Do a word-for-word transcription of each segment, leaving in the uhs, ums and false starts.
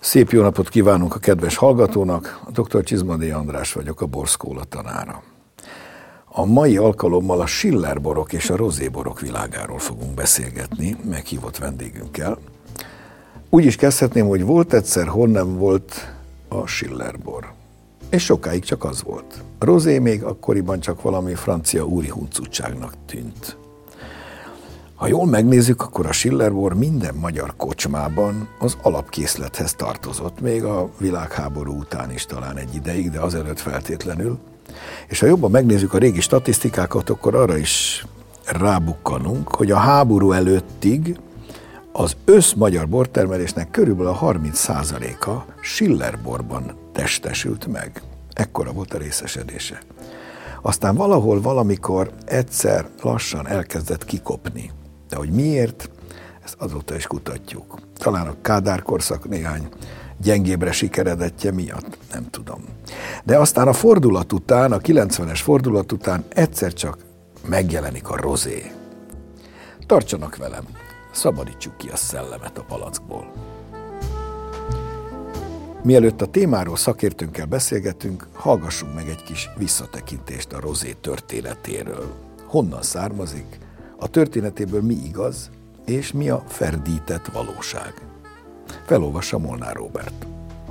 Szép jó napot kívánunk a kedves hallgatónak, a doktor Csizmaday András vagyok, a borszkóla tanára. A mai alkalommal a Schiller-borok és a rozéborok világáról fogunk beszélgetni meghívott vendégünkkel. Úgy is kezdhetném, hogy volt egyszer, hol nem volt a Schiller-bor. És sokáig csak az volt. A rozé még akkoriban csak valami francia úri huncutságnak tűnt. Ha jól megnézzük, akkor a Schiller-bor minden magyar kocsmában az alapkészlethez tartozott, még a világháború után is talán egy ideig, de azelőtt feltétlenül. És ha jobban megnézzük a régi statisztikákat, akkor arra is rábukkanunk, hogy a háború előttig az összmagyar bortermelésnek körülbelül a harminc százaléka Schiller-borban testesült meg. Ekkora volt a részesedése. Aztán valahol, valamikor egyszer lassan elkezdett kikopni. De hogy miért, ezt azóta is kutatjuk. Talán a Kádár korszak néhány gyengébbre sikeredettje miatt, nem tudom. De aztán a fordulat után, a kilencvenes fordulat után egyszer csak megjelenik a rozé. Tartsanak velem, szabadítsuk ki a szellemet a palackból. Mielőtt a témáról szakértőnkkel beszélgetünk, hallgassunk meg egy kis visszatekintést a rozé történetéről. Honnan származik, a történetéből mi igaz, és mi a ferdített valóság. Felolvassa Molnár Róbert.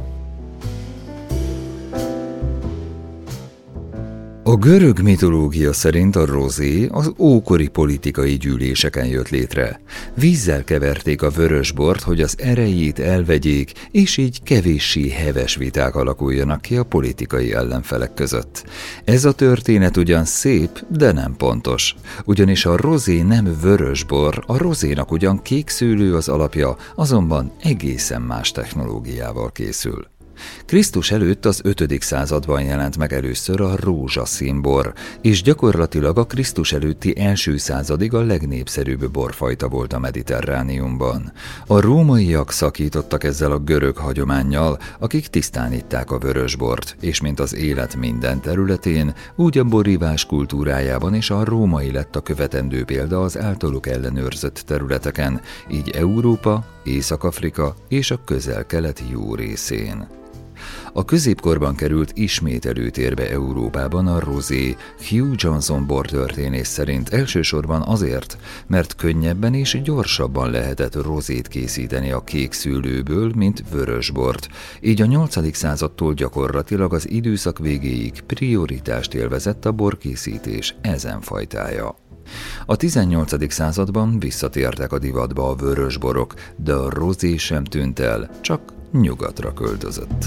A görög mitológia szerint a rozé az ókori politikai gyűléseken jött létre. Vízzel keverték a vörösbort, hogy az erejét elvegyék, és így kevéssé heves viták alakuljanak ki a politikai ellenfelek között. Ez a történet ugyan szép, de nem pontos. Ugyanis a rozé nem vörösbor, a rozénak ugyan kék szőlő az alapja, azonban egészen más technológiával készül. Krisztus előtt az ötödik században jelent meg először a rózsaszín bor, és gyakorlatilag a Krisztus előtti első századig a legnépszerűbb borfajta volt a Mediterrániumban. A rómaiak szakítottak ezzel a görög hagyománnyal, akik tisztán itták a vörösbort, és mint az élet minden területén, úgy a borívás kultúrájában is a római lett a követendő példa az általuk ellenőrzött területeken, így Európa, Észak-Afrika és a közel-kelet jó részén. A középkorban került ismét előtérbe Európában a rozé Hugh Johnson bortörténész szerint elsősorban azért, mert könnyebben és gyorsabban lehetett rozét készíteni a kék szőlőből, mint vörösbort, így a nyolcadik századtól gyakorlatilag az időszak végéig prioritást élvezett a borkészítés ezen fajtája. A tizennyolcadik században visszatértek a divatba a vörösborok, de a rozé sem tűnt el, csak nyugatra költözött.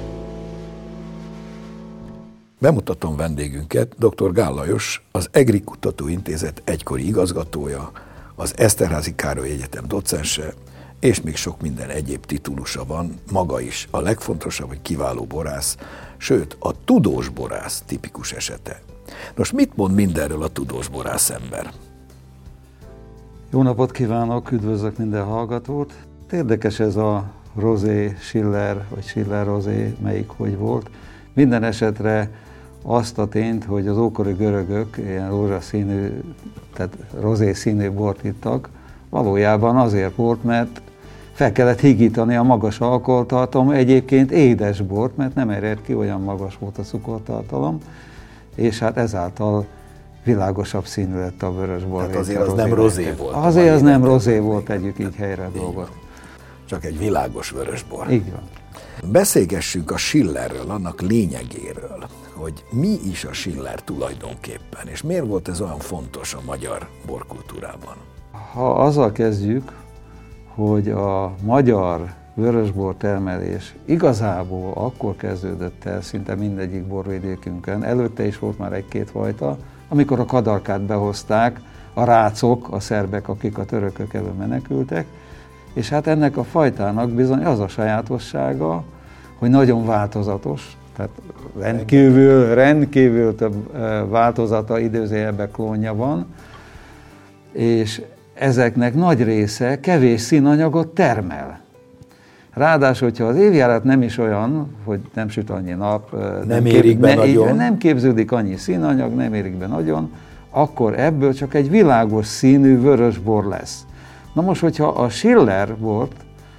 Bemutatom vendégünket, dr. Gál Lajos, az EGRI Kutatóintézet egykori igazgatója, az Eszterházy Károly Egyetem docense, és még sok minden egyéb titulusa van, maga is a legfontosabb, hogy kiváló borász, sőt, a tudós borász tipikus esete. Nos, mit mond mindenről a tudós borász ember? Jó napot kívánok, üdvözlök minden hallgatót. Érdekes ez a rozé, Schiller, vagy Schiller-rozé, melyik hogy volt. Minden esetre azt a tényt, hogy az ókori görögök ilyen rózsaszínű, tehát rozé színű bort ittak, valójában azért volt, mert fel kellett hígítani a magas alkoholtartalom, egyébként édes bort, mert nem ered ki, olyan magas volt a cukortartalom, és hát ezáltal világosabb színű lett a vörösbor. Hát azért az nem rozé volt. Azért az nem rozé volt, tegyük így helyre a dolgot. Csak egy világos vörösbor. Így van. Beszélgessünk a Schillerről, annak lényegéről, hogy mi is a Schiller tulajdonképpen, és miért volt ez olyan fontos a magyar borkultúrában? Ha azzal kezdjük, hogy a magyar vörösbor termelés igazából akkor kezdődött el szinte mindegyik borvidékünkön, előtte is volt már egy-két fajta, amikor a kadarkát behozták a rácok, a szerbek, akik a törökök elől menekültek, és hát ennek a fajtának bizony az a sajátossága, hogy nagyon változatos, tehát rendkívül, rendkívül több változata, idézőjelben klónja van, és ezeknek nagy része kevés színanyagot termel. Ráadásul, hogyha az évjárat nem is olyan, hogy nem süt annyi nap, nem, nem érik be ne, nagyon, nem képződik annyi színanyag, nem érik be nagyon, akkor ebből csak egy világos színű vörösbor lesz. Na most, hogyha a Schiller bort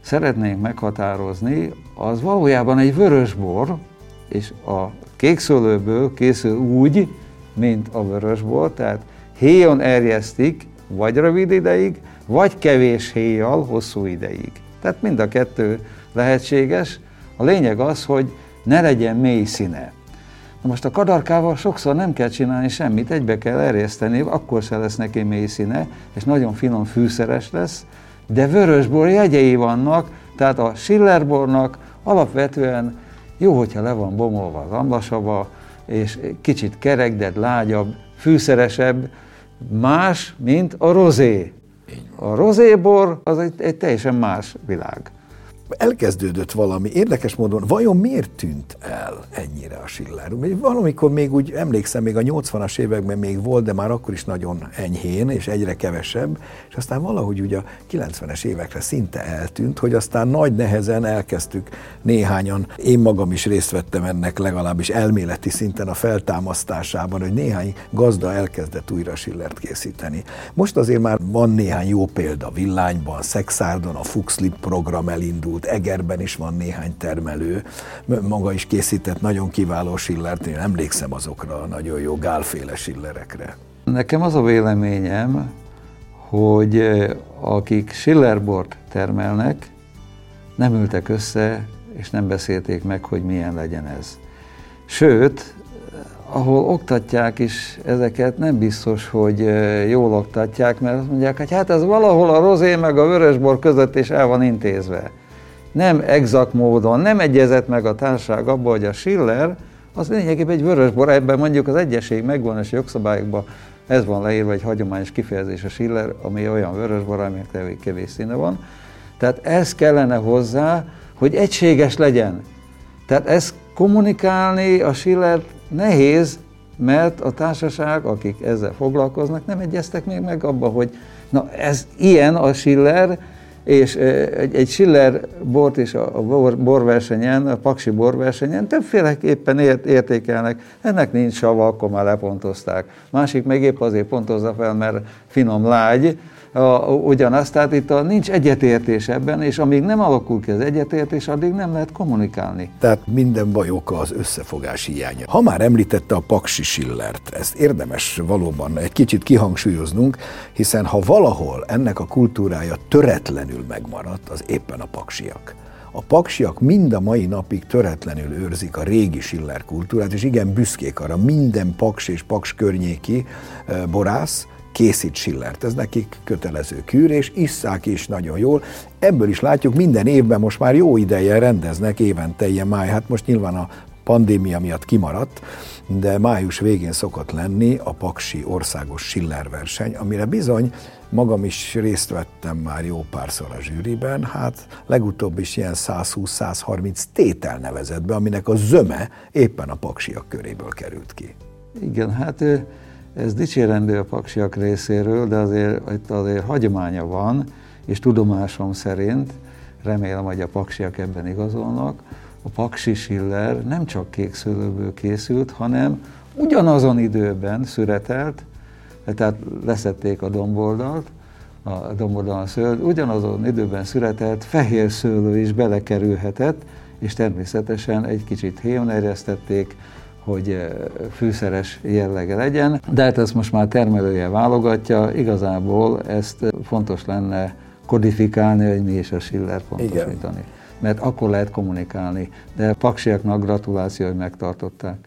szeretnénk meghatározni, az valójában egy vörösbor, és a kékszőlőből készül úgy, mint a vörösbor, tehát héjon erjesztik, vagy rövid ideig, vagy kevés héjjal hosszú ideig. Tehát mind a kettő lehetséges. A lényeg az, hogy ne legyen mély színe. Na most a kadarkával sokszor nem kell csinálni semmit, egybe kell erjeszteni, akkor se lesz neki mély színe, és nagyon finom fűszeres lesz, de vörösbor jegyei vannak, tehát a Schillerbornak alapvetően jó, hogyha le van bomolva az amlasava, és kicsit kerek, de lágyabb, fűszeresebb, más, mint a rozé. A rozébor az egy, egy teljesen más világ. Elkezdődött valami, érdekes módon, vajon miért tűnt el ennyire a Schiller? Valamikor még úgy emlékszem, még a nyolcvanas években még volt, de már akkor is nagyon enyhén, és egyre kevesebb, és aztán valahogy ugye a kilencvenes évekre szinte eltűnt, hogy aztán nagy nehezen elkezdtük néhányan, én magam is részt vettem ennek legalábbis elméleti szinten a feltámasztásában, hogy néhány gazda elkezdett újra Schillert készíteni. Most azért már van néhány jó példa, Villányban, Szexárdon a Fuchslip program elindult, Egerben is van néhány termelő, maga is készített nagyon kiváló Schillert, én emlékszem azokra a nagyon jó gálféle Schillerekre. Nekem az a véleményem, hogy akik Schillerbort termelnek, nem ültek össze, és nem beszélték meg, hogy milyen legyen ez. Sőt, ahol oktatják is ezeket, nem biztos, hogy jól oktatják, mert azt mondják, hogy hát ez valahol a rozé meg a vörösbor között is el van intézve. Nem exakt módon, nem egyezett meg a társaság abban, hogy a Schiller az lényegében egy vörösbor, ebben mondjuk az egyesség megvan, és a jogszabályokban ez van leírva, egy hagyományos kifejezés a Schiller, ami olyan vörösbor, aminek kevés színe van. Tehát ez kellene hozzá, hogy egységes legyen. Tehát ezt kommunikálni a Schiller nehéz, mert a társaság, akik ezzel foglalkoznak, nem egyeztek még meg abba, hogy na ez ilyen a Schiller, és egy, egy Schiller bort is a bor, borversenyen, a paksi borversenyen többféleképpen ért, értékelnek. Ennek nincs sava, akkor már lepontozták. Másik meg épp azért pontozza fel, mert finom lágy, a, ugyanaz, tehát itt a, nincs egyetértés ebben, és amíg nem alakul ki az egyetértés, addig nem lehet kommunikálni. Tehát minden baj oka az összefogás hiánya. Ha már említette a paksi Schillert, ezt érdemes valóban egy kicsit kihangsúlyoznunk, hiszen ha valahol ennek a kultúrája töretlenül megmaradt, az éppen a paksiak. A paksiak mind a mai napig töretlenül őrzik a régi Schiller kultúrát, és igen büszkék arra, minden paks és paks környéki borász készít Schillert. Ez nekik kötelező kűr, és isszák is nagyon jól. Ebből is látjuk, minden évben most már jó ideje rendeznek, évente ilyen máj, hát most nyilván a pandémia miatt kimaradt, de május végén szokott lenni a paksi országos Schiller verseny, amire bizony magam is részt vettem már jó párszor a zsűriben, hát legutóbb is ilyen százhúsz-százharminc tétel nevezett be, aminek a zöme éppen a paksiak köréből került ki. Igen, hát ez dicsérendő a paksiak részéről, de azért itt azért hagyománya van, és tudomásom szerint, remélem, hogy a paksiak ebben igazolnak, a paksi Schiller nem csak kékszőlőből készült, hanem ugyanazon időben szüretelt, tehát leszették a domboldalt, a domboldalon szőlőt, ugyanazon időben szüretelt fehér szőlő is belekerülhetett, és természetesen egy kicsit héjon erjesztették, hogy fűszeres jellege legyen, de hát ezt most már termelője válogatja, igazából ezt fontos lenne kodifikálni, hogy mi is a Schiller pontosítani. Igen. Mert akkor lehet kommunikálni, de paksiaknak gratuláció, hogy megtartották.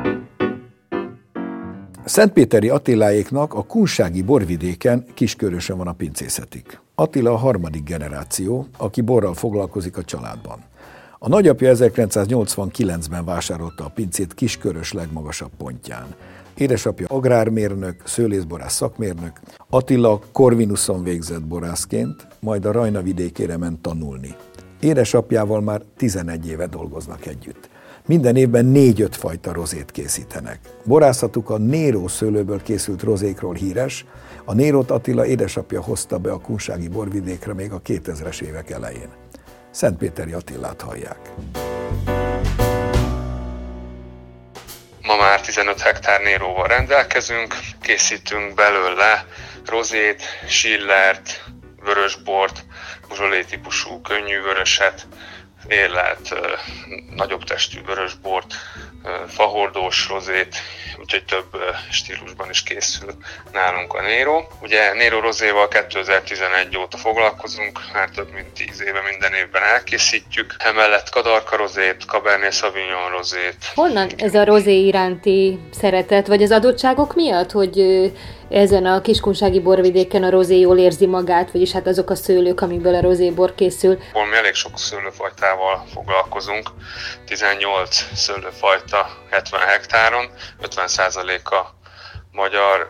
Szentpéteri Attiláéknak a kunsági borvidéken Kiskörösön van a pincészetik. Attila a harmadik generáció, aki borral foglalkozik a családban. A nagyapja ezerkilencszáznyolcvankilencben vásárolta a pincét Kiskörös legmagasabb pontján. Édesapja agrármérnök, szőlészborász szakmérnök, Attila Corvinuson végzett borászként, majd a Rajna vidékére ment tanulni. Édesapjával már tizenegy éve dolgoznak együtt. Minden évben négy-öt fajta rozét készítenek. Borászatuk a Néró szőlőből készült rozékról híres, a Nérót Attila édesapja hozta be a kunsági borvidékre még a kétezres évek elején. Szentpéteri Attilát hallják. Ma már tizenöt hektár Néróval rendelkezünk, készítünk belőle rozét, Schillert, vörösbort, zsolé típusú könnyű vöröset, éllelt, nagyobb testű vörösbort, fahordós rozét, úgyhogy több stílusban is készül nálunk a Nero. Ugye Nero rozéval kétezer-tizenegy óta foglalkozunk, már több mint tíz éve minden évben elkészítjük. Emellett kadarka rozét, Cabernet Sauvignon rozét. Honnan ez a rozé iránti szeretet, vagy az adottságok miatt, hogy ezen a kiskunsági borvidéken a rozé jól érzi magát, vagyis hát azok a szőlők, amikből a rozébor készül? Mi elég sok szőlőfajtával foglalkozunk, tizennyolc szőlőfajta hetven hektáron, ötven százaléka magyar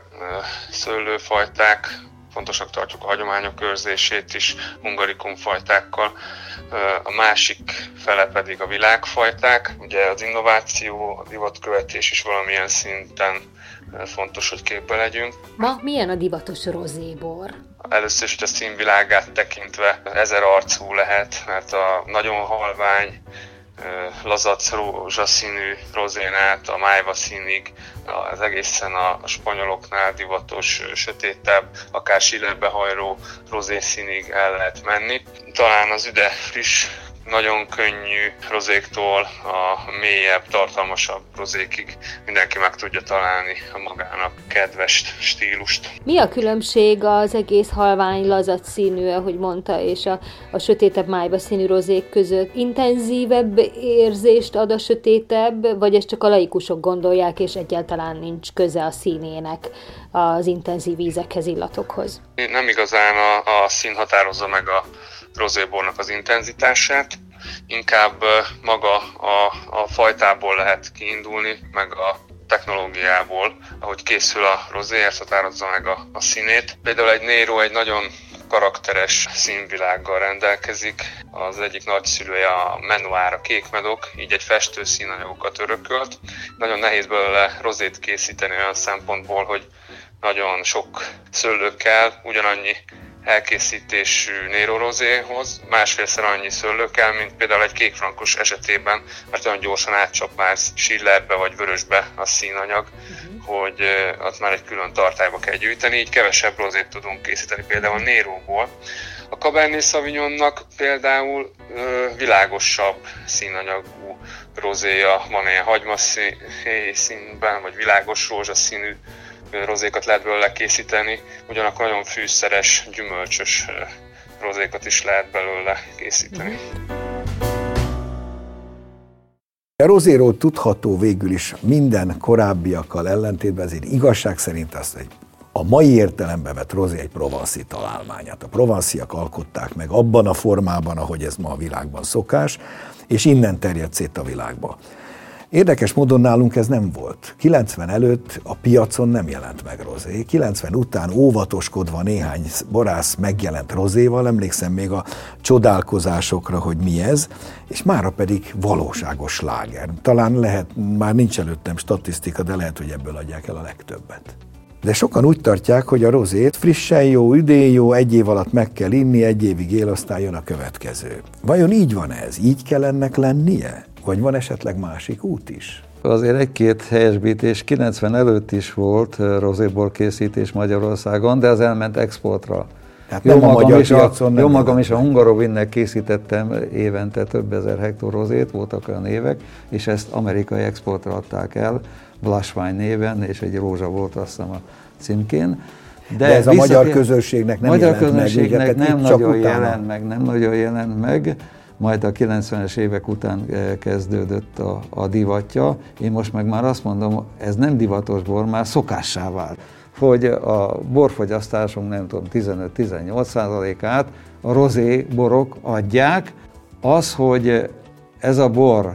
szőlőfajták, fontosnak tartjuk a hagyományok őrzését is, hungarikum fajtákkal, a másik fele pedig a világfajták. Ugye az innováció, a divatkövetés is valamilyen szinten fontos, hogy képbe legyünk. Ma milyen a divatos rozébor? Először is a színvilágát tekintve ezer arcú lehet, mert a nagyon halvány, lazac rózsaszínű rozén át a májva színig, az egészen a spanyoloknál divatos, sötétebb, akár Schillerbe hajró rozészínig el lehet menni. Talán az üde friss, nagyon könnyű rozéktól a mélyebb, tartalmasabb rozékig mindenki meg tudja találni a magának kedves stílust. Mi a különbség az egész halvány, lazac színű, ahogy mondta, és a, a sötétebb májva színű rozék között? Intenzívebb érzést ad a sötétebb, vagy ezt csak a laikusok gondolják, és egyáltalán nincs köze a színének az intenzív ízekhez, illatokhoz? Nem igazán a, a szín határozza meg a rozébornak az intenzitását, inkább maga a, a fajtából lehet kiindulni, meg a technológiából, ahogy készül a rozé, ezt határozza meg a, a színét. Például egy Nero egy nagyon karakteres színvilággal rendelkezik. Az egyik nagyszülője a Menuár, a kékmedok, így egy festő színanyagokat örökölt. Nagyon nehéz belőle rozét készíteni olyan szempontból, hogy nagyon sok szőlő kell, ugyanannyi elkészítésű Nero rozéhoz, másfélszer annyi szőlő kell, mint például egy kékfrankos esetében, mert olyan gyorsan átcsap már Schillerbe vagy vörösbe a színanyag, uh-huh. hogy azt már egy külön tartályba kell gyűjteni, így kevesebb rozét tudunk készíteni például Neroból. A Cabernet Sauvignonnak például ö, világosabb színanyagú rozéja van, ilyen hagymaszínben, vagy világos rózsaszínű rozékat lehet belőle készíteni, ugyanakkor nagyon fűszeres, gyümölcsös rozékat is lehet belőle készíteni. A rozéról tudható végül is minden korábbiakkal ellentétben, ezért igazság szerint azt, hogy a mai értelemben vett rozé egy provanszi találmányát. A provansziak alkották meg abban a formában, ahogy ez ma a világban szokás, és innen terjedt szét a világba. Érdekes módon nálunk ez nem volt. kilencven előtt a piacon nem jelent meg rozé. kilencven után óvatoskodva néhány borász megjelent rozéval, emlékszem még a csodálkozásokra, hogy mi ez, és mára pedig valóságos sláger. Talán lehet, már nincs előttem statisztika, de lehet, hogy ebből adják el a legtöbbet. De sokan úgy tartják, hogy a rozét frissen jó, üdén jó, egy év alatt meg kell inni, egy évig él, aztán jön a következő. Vajon így van ez? Így kell ennek lennie? Vagy van esetleg másik út is? Azért egy-két helyesbítés, kilencven előtt is volt rozébor készítés Magyarországon, de az elment exportra. Tehát jó nem magam, a is a, jó magam is a Hungarovinnek készítettem évente több ezer hektár rozét, voltak olyan évek, és ezt amerikai exportra adták el, Blushwine néven, és egy rózsa volt azt hiszem a címkén. De, De ez a magyar közönségnek nem magyar jelent közönségnek meg. Nem nagyon jelent meg, nem nagyon jelent meg. Majd a kilencvenes évek után kezdődött a, a divatja. Én most meg már azt mondom, ez nem divatos bor, már szokássá vált. Hogy a borfogyasztásunk nem tudom, tizenöt-tizennyolc százalékát a rozé borok adják. Az, hogy ez a bor,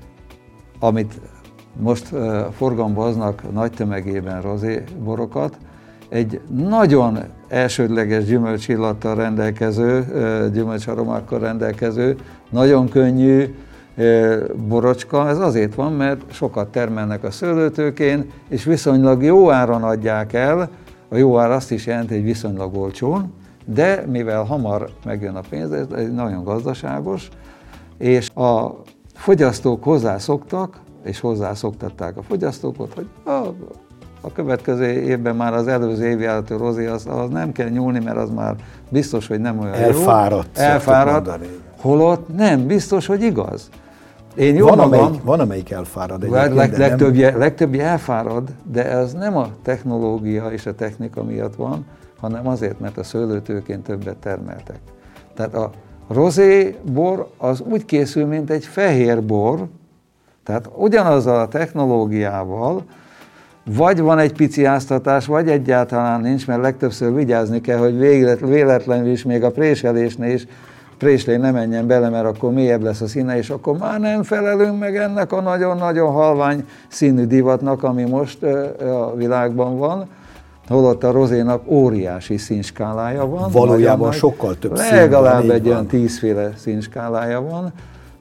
amit most forgalomba hoznak nagy tömegében rozé borokat, egy nagyon elsődleges gyümölcsillattal rendelkező, gyümölcsaromákkal rendelkező, nagyon könnyű borocska. Ez azért van, mert sokat termelnek a szőlőtőkén, és viszonylag jó áron adják el. A jó ár azt is jelenti, hogy viszonylag olcsón, de mivel hamar megjön a pénz, ez nagyon gazdaságos, és a fogyasztók hozzászoktak, és hozzászoktatták a fogyasztókat, hogy a a következő évben már az előző évjáratú rozé, az, az nem kell nyúlni, mert az már biztos, hogy nem olyan elfáradt, jó. Elfáradt. Holott nem, biztos, hogy igaz. Én jó van, magam, amelyik, van, amelyik elfárad egyébként, leg, legtöbbje, nem... legtöbbje elfárad, de ez nem a technológia és a technika miatt van, hanem azért, mert a szőlőtőkén többet termeltek. Tehát a rozé bor az úgy készül, mint egy fehér bor, tehát ugyanazzal a technológiával, vagy van egy pici áztatás, vagy egyáltalán nincs, mert legtöbbször vigyázni kell, hogy véletlenül is még a préselésnél is préslé ne menjen bele, mert akkor mélyebb lesz a színe, és akkor már nem felelünk meg ennek a nagyon-nagyon halvány színű divatnak, ami most a világban van, holott a rozénak óriási színskálája van. Valójában sokkal több szín van. Legalább egy olyan tízféle színskálája van,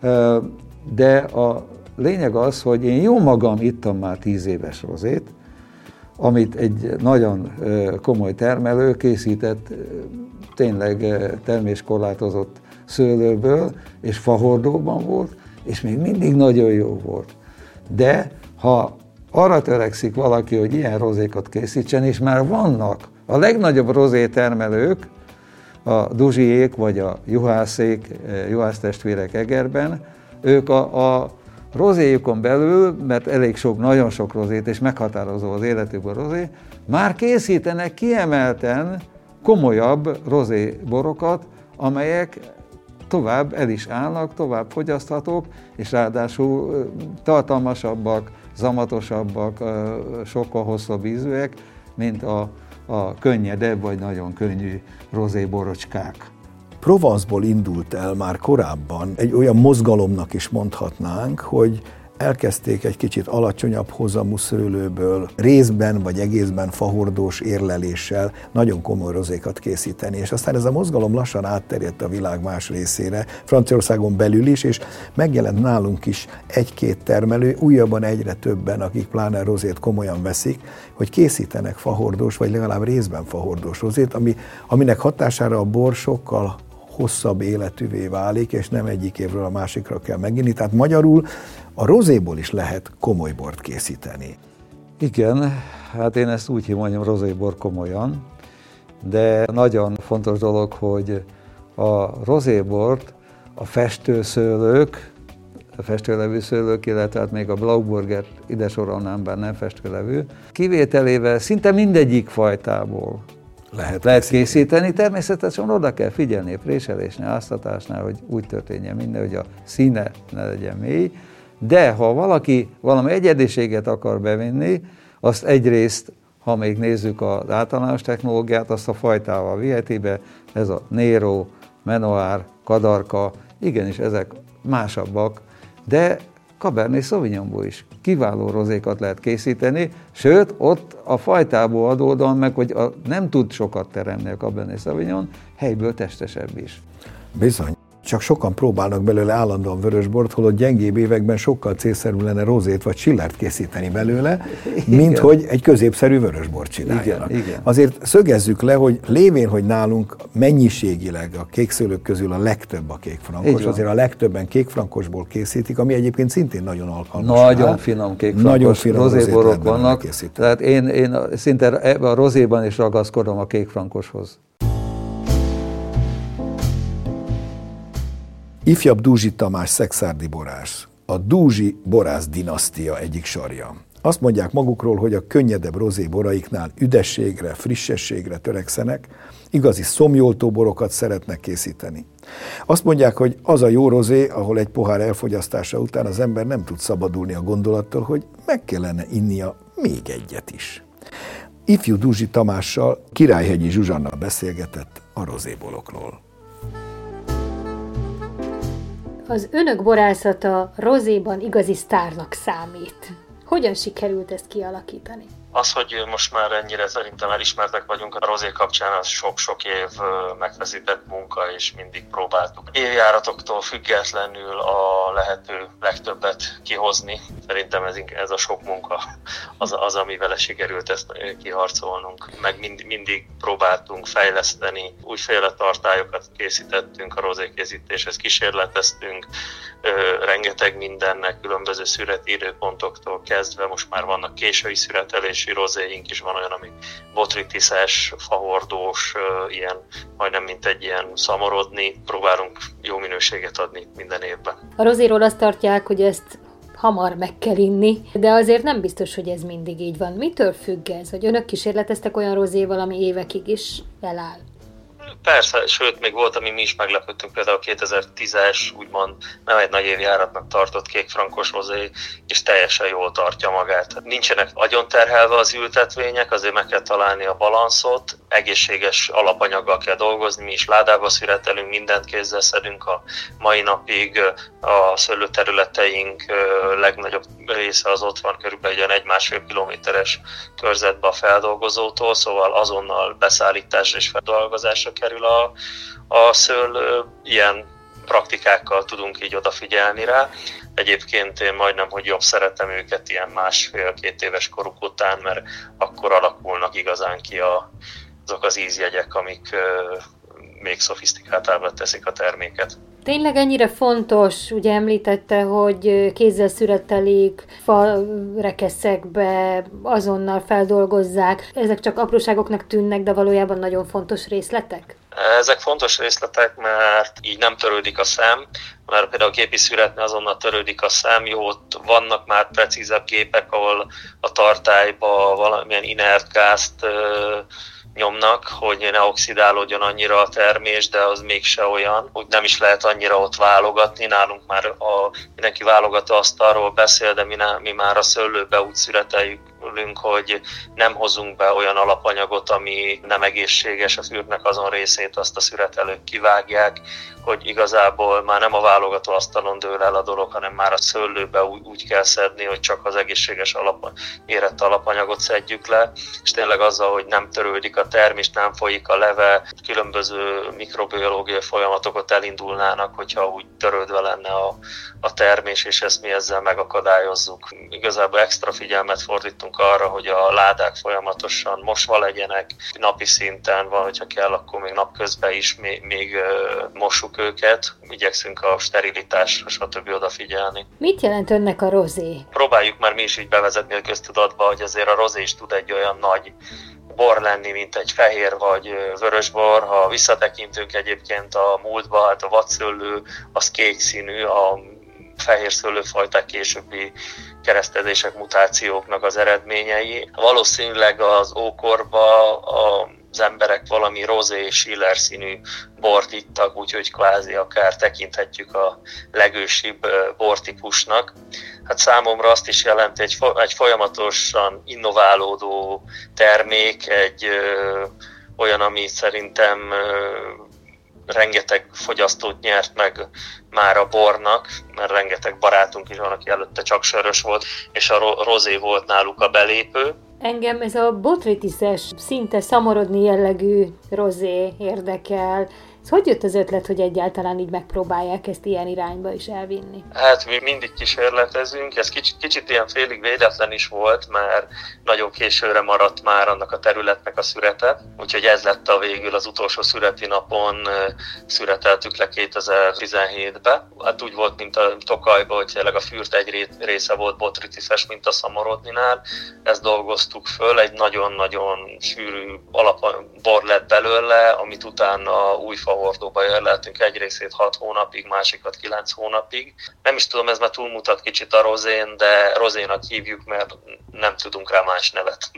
de a lényeg az, hogy én jó magam ittam már tíz éves rozét, amit egy nagyon komoly termelő készített, tényleg terméskorlátozott szőlőből, és fahordóban volt, és még mindig nagyon jó volt. De ha arra törekszik valaki, hogy ilyen rozékat készítsen, és már vannak a legnagyobb rozé termelők, a Duzsiék vagy a Juhászék, Juhásztestvérek Egerben, ők a, a rozéjukon belül, mert elég sok, nagyon sok rozét, és meghatározó az életükben rozé, már készítenek kiemelten komolyabb rozé borokat, amelyek tovább el is állnak, tovább fogyaszthatók, és ráadásul tartalmasabbak, zamatosabbak, sokkal hosszabb ízűek, mint a, a könnyedebb vagy nagyon könnyű rozé borocskák. Provence-ból indult el már korábban, egy olyan mozgalomnak is mondhatnánk, hogy elkezdték egy kicsit alacsonyabb hozamú szőlőből, részben vagy egészben fahordós érleléssel nagyon komoly rozékat készíteni. És aztán ez a mozgalom lassan átterjedt a világ más részére, Franciaországon belül is, és megjelent nálunk is egy-két termelő, újabban egyre többen, akik pláne rozét komolyan veszik, hogy készítenek fahordós, vagy legalább részben fahordós rozét, ami, aminek hatására a bor sokkal hosszabb életűvé válik, és nem egyik évről a másikra kell meginni. Tehát magyarul a rozéból is lehet komoly bort készíteni. Igen, hát én ezt úgy hívom, rozébor komolyan, de nagyon fontos dolog, hogy a rozébort a festőszőlők, a festőlevű szőlők, illetve hát még a Blauburgert ide sorolnám, bár nem festőlevű, kivételével szinte mindegyik fajtából lehet, lehet készíteni. Természetesen oda kell figyelni a préselésnél, áztatásnál, hogy úgy történjen minden, hogy a színe ne legyen mély, de ha valaki valami egyediséget akar bevinni, azt egyrészt, ha még nézzük az általános technológiát, azt a fajtával viheti be, ez a Nero, Menoir, Kadarka, igenis ezek másabbak, de Cabernet Sauvignonból is kiváló rozékat lehet készíteni, sőt, ott a fajtából adódóan meg, hogy a, nem tud sokat teremni a Cabernet Sauvignon, helyből testesebb is. Bizony. Csak sokan próbálnak belőle állandóan vörösbort, holott gyengébb években sokkal célszerű lenne rozét vagy chillert készíteni belőle, mint igen. hogy egy középszerű vörösbort csináljanak. Igen, igen. Azért szögezzük le, hogy lévén, hogy nálunk mennyiségileg a kékszőlők közül a legtöbb a kékfrankos, azért a legtöbben kékfrankosból készítik, ami egyébként szintén nagyon alkalmas. Nagyon rá. finom kékfrankos rozéborok vannak, tehát én, én szinte a rozéban is ragaszkodom a kékfrankoshoz. Ifjabb Dúzsi Tamás szekszárdi borász, a Dúzsi borász dinasztia egyik sarja. Azt mondják magukról, hogy a könnyedebb rozé boraiknál üdességre, frissességre törekszenek, igazi szomjoltó borokat szeretnek készíteni. Azt mondják, hogy az a jó rozé, ahol egy pohár elfogyasztása után az ember nem tud szabadulni a gondolattól, hogy meg kellene innia még egyet is. Ifjú Dúzsi Tamással Királyhegyi Zsuzsanna beszélgetett a rozébolokról. Az önök borászata rozéban igazi sztárnak számít. Hogyan sikerült ezt kialakítani? Az, hogy most már ennyire szerintem elismertek vagyunk a rozé kapcsán, az sok-sok év megfeszített munka, és mindig próbáltuk évjáratoktól függetlenül a lehető legtöbbet kihozni. Szerintem ez, ez a sok munka az, az, amivel sikerült ezt kiharcolnunk. Meg mind, mindig próbáltunk fejleszteni, újféle tartályokat készítettünk a rozékészítéshez, kísérleteztünk, rengeteg mindennek, különböző szüreti időpontoktól kezdve, most már vannak késői szüretelési rozéink is, van olyan, ami botritiszes, fahordós, ilyen majdnem mint egy ilyen szamorodni, próbálunk jó minőséget adni minden évben. A rozéról azt tartják, hogy ezt hamar meg kell inni, de azért nem biztos, hogy ez mindig így van. Mitől függ ez? Hogy önök kísérleteztek olyan rozéval, ami évekig is eláll? Persze, sőt, még volt, ami mi is meglepődtünk, például a kétezer-tízes, úgymond nem egy nagy évjáratnak tartott kékfrankos rozé, és teljesen jól tartja magát. Nincsenek agyonterhelve az ültetvények, azért meg kell találni a balanszot, egészséges alapanyaggal kell dolgozni, mi is ládába szüretelünk, mindent kézzel szedünk, a mai napig a szőlőterületeink legnagyobb része az ott van, körülbelül egy másfél kilométeres körzetbe a feldolgozótól, szóval azonnal beszállításra és feldolgozásra kerül a, a szőlő, ilyen praktikákkal tudunk így odafigyelni rá. Egyébként én majdnem, hogy jobb szeretem őket ilyen másfél-két éves koruk után, mert akkor alakulnak igazán ki a, azok az ízjegyek, amik uh, még szofisztikáltabbá teszik a terméket. Tényleg ennyire fontos, ugye említette, hogy kézzel szüretelik, farekeszekbe, azonnal feldolgozzák. Ezek csak apróságoknak tűnnek, de valójában nagyon fontos részletek? Ezek fontos részletek, mert így nem törődik a szem, mert például a gépi szüretnél azonnal törődik a szem, jó, ott vannak már precízebb gépek, ahol a tartályba valamilyen inert gázt nyomnak, hogy ne oxidálódjon annyira a termés, de az mégse olyan, úgy nem is lehet annyira ott válogatni. Nálunk már a, mindenki válogató asztalról beszél, de mi, ne, mi már a szőlőbe úgy szüreteljük, hogy nem hozunk be olyan alapanyagot, ami nem egészséges, a fürtnek azon részét azt a szüretelők kivágják, hogy igazából már nem a válogató asztalon dől el a dolog, hanem már a szőlőbe úgy, úgy kell szedni, hogy csak az egészséges alap, érett alapanyagot szedjük le, és tényleg azzal, hogy nem törődik a termés, nem folyik a leve, különböző mikrobiológiai folyamatokat elindulnának, hogyha úgy törődve lenne a, a termés, és ezt mi ezzel megakadályozzuk. Igazából extra figyelmet fordítunk arra, hogy a ládák folyamatosan mosva legyenek, napi szinten van, hogyha kell, akkor még napközben is még, még mossuk őket, igyekszünk a sterilitásra, stb. Odafigyelni. Mit jelent önnek a rozé? Próbáljuk már mi is így bevezetni a köztudatba, hogy azért a rozé is tud egy olyan nagy bor lenni, mint egy fehér vagy vörösbor. Ha visszatekintünk egyébként a múltba, hát a vadszőlő az kék színű, a fehér szőlőfajták későbbi keresztezések, mutációknak az eredményei. Valószínűleg az ókorban az emberek valami rozé, schiller színű bort ittak, úgyhogy kvázi akár tekinthetjük a legősibb bortípusnak. Hát számomra azt is jelenti egy, egy folyamatosan innoválódó termék, egy ö, olyan, ami szerintem ö, rengeteg fogyasztót nyert meg már a bornak, mert rengeteg barátunk is van, aki előtte csak sörös volt, és a rozé volt náluk a belépő. Engem ez a botritiszes, szinte szamorodni jellegű rozé érdekel. Ez hogy jött az ötlet, hogy egyáltalán így megpróbálják ezt ilyen irányba is elvinni? Hát mi mindig kísérletezünk, ez kicsit, kicsit ilyen félig véletlen is volt, mert nagyon későre maradt már annak a területnek a szürete, úgyhogy ez lett a végül az utolsó szüreti napon szüreteltük le kétezer-tizenhétben. Hát úgy volt, mint a Tokajban, hogy tényleg a fürt egy része volt botritiszes, mint a szamorodninál. Ezt dolgoztuk föl, egy nagyon-nagyon sűrű alapbor lett belőle, amit utána új fahordóba érleltünk, egy részét hat hónapig, másikat kilenc hónapig. Nem is tudom, ez már túlmutat kicsit a rozén, de rozénak hívjuk, mert nem tudunk rá más nevet.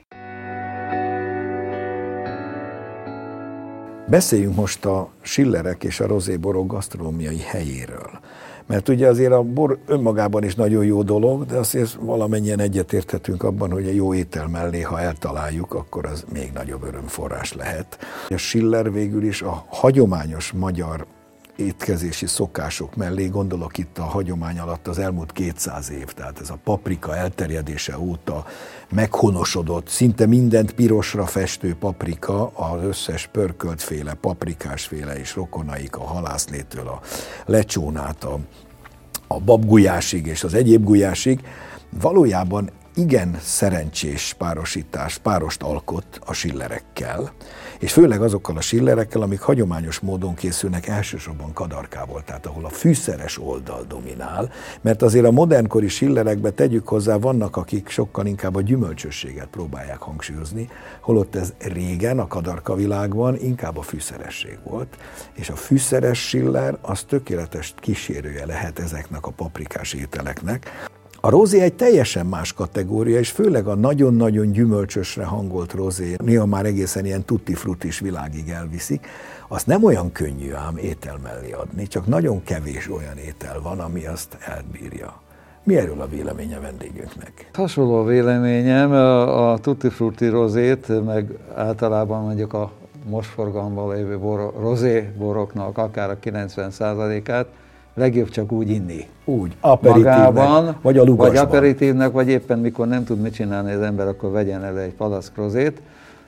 Beszéljünk most a schillerek és a rozéborok gasztronómiai helyéről. Mert ugye azért a bor önmagában is nagyon jó dolog, de azért valamennyien egyetérthetünk abban, hogy a jó étel mellé, ha eltaláljuk, akkor az még nagyobb örömforrás lehet. A schiller végül is a hagyományos magyar étkezési szokások mellé, gondolok itt a hagyomány alatt az elmúlt kétszáz év, tehát ez a paprika elterjedése óta meghonosodott, szinte mindent pirosra festő paprika, az összes pörköltféle, paprikásféle és rokonaik, a halászlétől a lecsónát, a, a babgulyásig és az egyéb gulyásig, valójában igen szerencsés párosítás, párost alkot a schillerekkel, és főleg azokkal a schillerekkel, amik hagyományos módon készülnek elsősorban kadarkából, tehát ahol a fűszeres oldal dominál, mert azért a modernkori schillerekbe tegyük hozzá, vannak, akik sokkal inkább a gyümölcsösséget próbálják hangsúlyozni, holott ez régen a kadarka világban inkább a fűszeresség volt, és a fűszeres schiller az tökéletes kísérője lehet ezeknek a paprikás ételeknek. A rozé egy teljesen más kategória, és főleg a nagyon-nagyon gyümölcsösre hangolt rozé, néha már egészen ilyen tutti-frutis világig elviszik, azt nem olyan könnyű ám étel mellé adni, csak nagyon kevés olyan étel van, ami azt elbírja. Mi erről a véleménye vendégünknek? Hasonló a véleményem, a, a tutti-frutti rozét, meg általában mondjuk a most forgalomban lévő bor, rozé boroknak akár a kilencven százalékát legjobb csak úgy inni. Úgy, aperitívnek, vagy a lugasban. Vagy aperitívnek, vagy éppen mikor nem tud mit csinálni az ember, akkor vegyen elő egy palack rozét,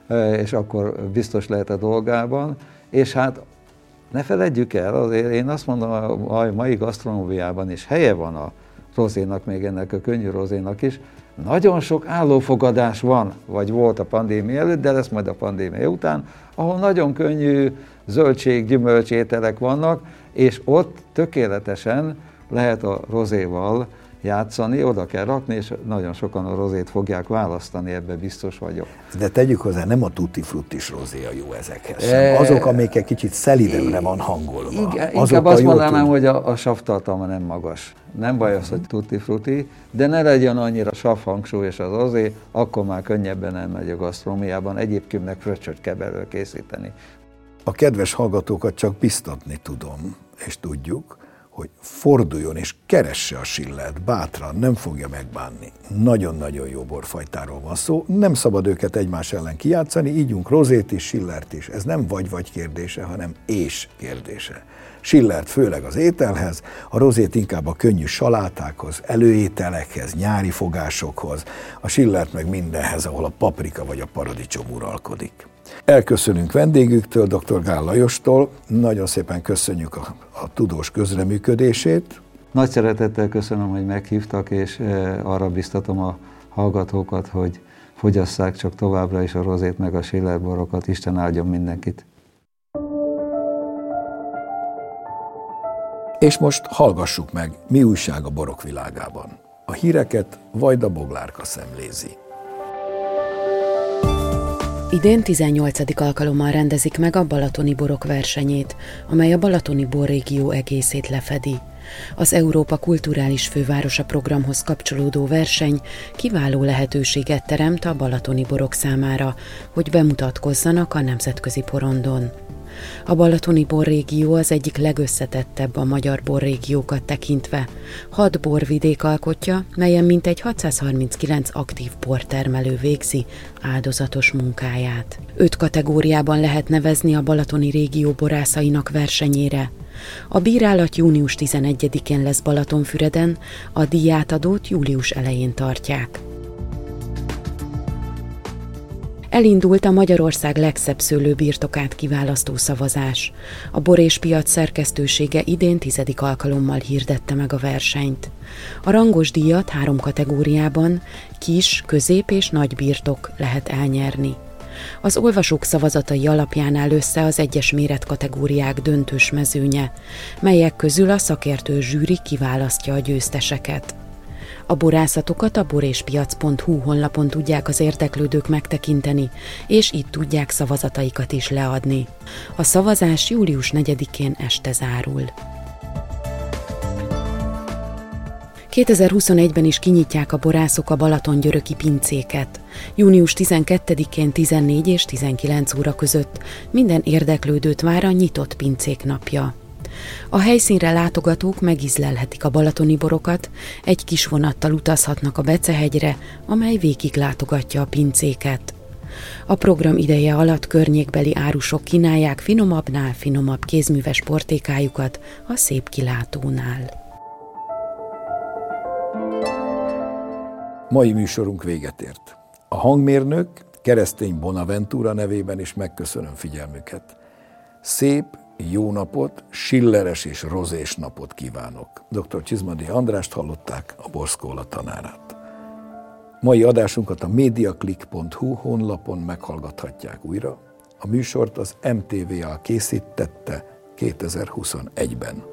és akkor biztos lehet a dolgában. És hát ne feledjük el, azért én azt mondom, a mai gasztronómiában is helye van a rozénak, még ennek a könnyű rozénak is. Nagyon sok állófogadás van, vagy volt a pandémia előtt, de lesz majd a pandémia után, ahol nagyon könnyű zöldség, gyümölcs ételek vannak, és ott tökéletesen lehet a rozéval játszani, oda kell rakni, és nagyon sokan a rozét fogják választani, ebbe biztos vagyok. De tegyük hozzá, nem a tutti-fruttis rozé a jó ezekhez sem. Azok, amik egy kicsit szelidebbre van hangolva. Igen, inkább azt mondanám, hogy a, a savtartalma nem magas. Nem baj az, hogy tutti-frutti, de ne legyen annyira savhangsúlyos az rozé, akkor már könnyebben elmegy a gasztronómiában, egyébként meg fröccsöt kell belőle készíteni. A kedves hallgatókat csak biztatni tudom, és tudjuk, hogy forduljon és keresse a Schillert bátran, nem fogja megbánni. Nagyon-nagyon jó borfajtáról van szó, nem szabad őket egymás ellen kijátszani, ígyunk rozét is, Schillert is. Ez nem vagy-vagy kérdése, hanem és kérdése. Schillert főleg az ételhez, a rozét inkább a könnyű salátákhoz, előételekhez, nyári fogásokhoz, a Schillert meg mindenhez, ahol a paprika vagy a paradicsom uralkodik. Elköszönünk vendégüktől, dr. Gál Lajostól, nagyon szépen köszönjük a, a tudós közreműködését. Nagy szeretettel köszönöm, hogy meghívtak, és arra biztatom a hallgatókat, hogy fogyasszák csak továbbra is a rozét meg a Schiller borokat. Isten áldjon mindenkit! És most hallgassuk meg, mi újság a borok világában. A híreket Vajda Boglárka szemlézi. Idén tizennyolcadik alkalommal rendezik meg a Balatoni Borok versenyét, amely a Balatoni borrégió egészét lefedi. Az Európa Kulturális Fővárosa programhoz kapcsolódó verseny kiváló lehetőséget teremt a balatoni borok számára, hogy bemutatkozzanak a nemzetközi porondon. A balatoni borrégió az egyik legösszetettebb a magyar borrégiókat tekintve. Hat borvidék alkotja, melyen mintegy hatszázharminckilenc aktív bortermelő végzi áldozatos munkáját. Öt kategóriában lehet nevezni a balatoni régió borászainak versenyére. A bírálat június tizenegyedikén lesz Balatonfüreden, a díjátadót július elején tartják. Elindult a Magyarország legszebb szőlőbirtokát kiválasztó szavazás. A Bor és Piac szerkesztősége idén tizedik alkalommal hirdette meg a versenyt. A rangos díjat három kategóriában, kis, közép és nagy birtok lehet elnyerni. Az olvasók szavazatai alapján áll össze az egyes méretkategóriák döntős mezőnye, melyek közül a szakértő zsűri kiválasztja a győzteseket. A borászatokat a boréspiac pont hu honlapon tudják az érdeklődők megtekinteni, és itt tudják szavazataikat is leadni. A szavazás július negyedikén este zárul. kétezer-huszonegyben is kinyitják a borászok a balatongyöröki pincéket. június tizenkettedikén tizennégy és tizenkilenc óra között minden érdeklődőt vár a nyitott pincék napja. A helyszínre látogatók megízlelhetik a balatoni borokat, egy kis vonattal utazhatnak a Becehegyre, amely végig látogatja a pincéket. A program ideje alatt környékbeli árusok kínálják finomabbnál finomabb kézműves portékájukat a szép kilátónál. Mai műsorunk véget ért. A hangmérnök Keresztény Bonaventura nevében is megköszönöm figyelmüket. Szép, jó napot, schilleres és rozés napot kívánok. doktor Csizmadia Andrást hallották, a Borszkóla tanárát. Mai adásunkat a mediaclick pont hu honlapon meghallgathatják újra. A műsort az em té vé á készítette kétezer-huszonegyben.